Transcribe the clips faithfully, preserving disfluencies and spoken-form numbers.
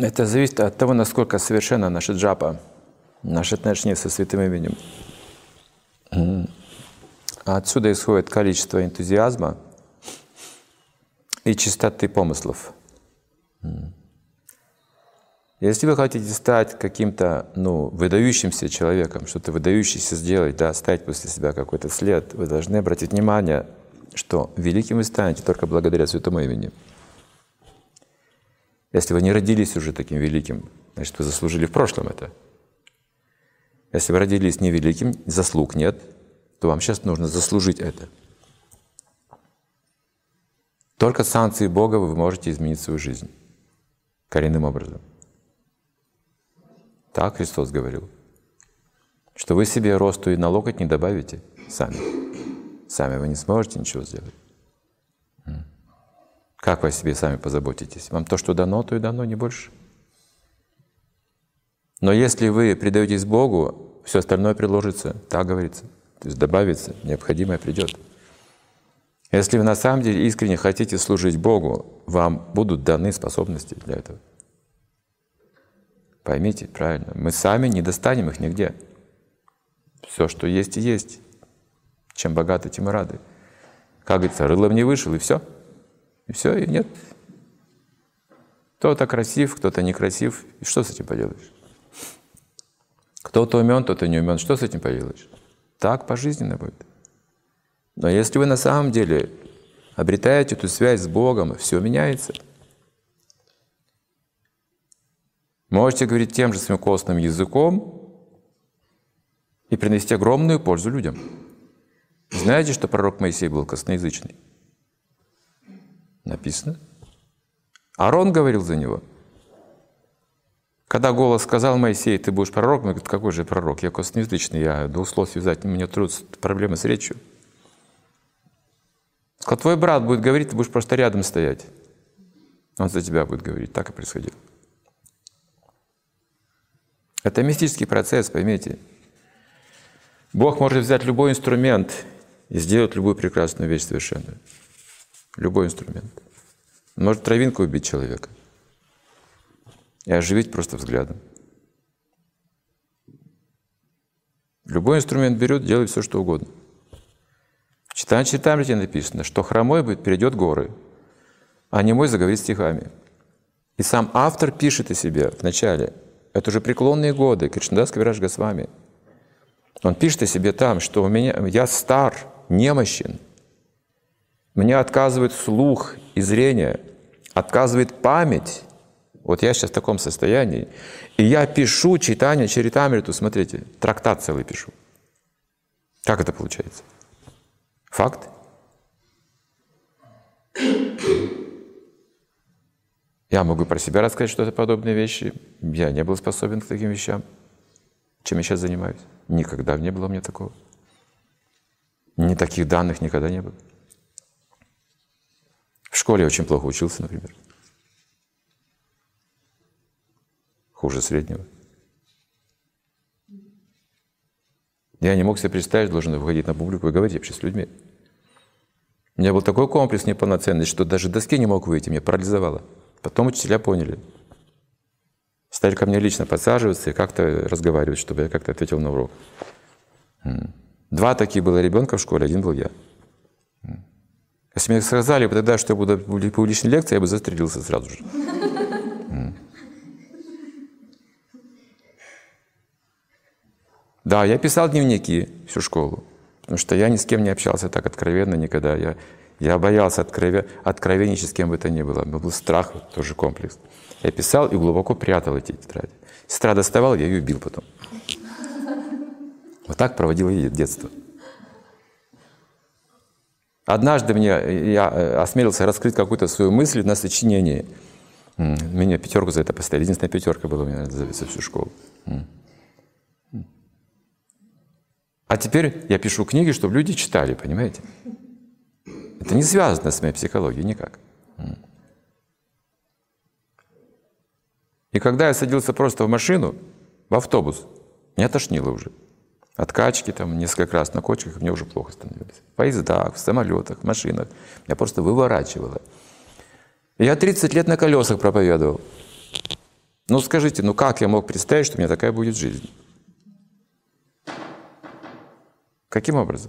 Это зависит от того, насколько совершенно наша джапа, наши отношения со святым именем. Отсюда исходит количество энтузиазма и чистоты помыслов. Если вы хотите стать каким-то ну, выдающимся человеком, что-то выдающееся сделать, да, оставить после себя какой-то след, вы должны обратить внимание, что великим вы станете только благодаря святому имени. Если вы не родились уже таким великим, значит, вы заслужили в прошлом это. Если вы родились невеликим, заслуг нет, то вам сейчас нужно заслужить это. Только санкцией Бога вы можете изменить свою жизнь коренным образом. Так Христос говорил, что вы себе росту и на локоть не добавите сами. Сами вы не сможете ничего сделать. Как вы о себе сами позаботитесь? Вам то, что дано, то и дано, не больше. Но если вы предаетесь Богу, все остальное приложится, так говорится. То есть добавится, необходимое придет. Если вы на самом деле искренне хотите служить Богу, вам будут даны способности для этого. Поймите правильно, мы сами не достанем их нигде. Все, что есть и есть. Чем богаты, тем и рады. Как говорится, рылом не вышел, и все. И все, и нет. Кто-то красив, кто-то некрасив. И что с этим поделаешь? Кто-то умен, кто-то не умен. Что с этим поделаешь? Так пожизненно будет. Но если вы на самом деле обретаете эту связь с Богом, все меняется. Можете говорить тем же своим костным языком и принести огромную пользу людям. Знаете, что пророк Моисей был косноязычный? Написано. Аарон говорил за него. Когда голос сказал: Моисей, ты будешь пророком, он говорит: какой же пророк? Я косноязычный, я двух слов связать, у меня трудно, проблемы с речью. Сказал: твой брат будет говорить, ты будешь просто рядом стоять. Он за тебя будет говорить. Так и происходило. Это мистический процесс, поймите. Бог может взять любой инструмент и сделать любую прекрасную вещь совершенную. Любой инструмент. Он может травинку убить человека и оживить просто взглядом. Любой инструмент берет, делает все, что угодно. В Читание Чаритамрите написано, что хромой будет, перейдет горы, а немой заговорит стихами. И сам автор пишет о себе в начале. Это уже преклонные годы, Кришнадас Кавирадж Госвами. Он пишет о себе там, что у меня, я стар, немощен, мне отказывает слух и зрение, отказывает память. Вот я сейчас в таком состоянии. И я пишу Читание Чаритамриту, смотрите, трактат целый пишу. Как это получается? Факт. Я могу про себя рассказать что-то подобные вещи. Я не был способен к таким вещам, чем я сейчас занимаюсь. Никогда не было у меня такого. Ни таких данных никогда не было. В школе я очень плохо учился, например. Хуже среднего. Я не мог себе представить, что должен выходить на публику и говорить вообще с людьми. У меня был такой комплекс неполноценности, что даже доски не мог выйти, меня парализовало. Потом учителя поняли. Стали ко мне лично подсаживаться и как-то разговаривать, чтобы я как-то ответил на урок. Два таких было ребенка в школе, один был я. Если мне сказали бы тогда, что я буду публичной лекции, я бы застрелился сразу же. Да, я писал дневники всю школу, потому что я ни с кем не общался так откровенно никогда. Я, я боялся открове, откровенничать с кем бы то ни было. У меня был страх, тоже комплекс. Я писал и глубоко прятал эти тетради. Сестра доставала, я ее убил потом. Вот так проводил я детство. Однажды мне, я осмелился раскрыть какую-то свою мысль на сочинении. Меня пятерку за это поставили. Единственная пятерка была у меня за всю школу. А теперь я пишу книги, чтобы люди читали, понимаете? Это не связано с моей психологией никак. И когда я садился просто в машину, в автобус, меня тошнило уже. От качки там несколько раз на кочках мне уже плохо становилось. В поездах, в самолетах, в машинах. Меня просто выворачивало. И я тридцать лет на колесах проповедовал. Ну скажите, ну как я мог представить, что у меня такая будет жизнь? Каким образом?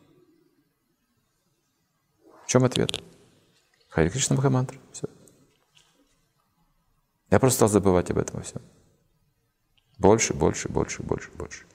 В чем ответ? Харе Кришна Махамантра. Все. Я просто стал забывать об этом во всем. Больше, больше, больше, больше, больше.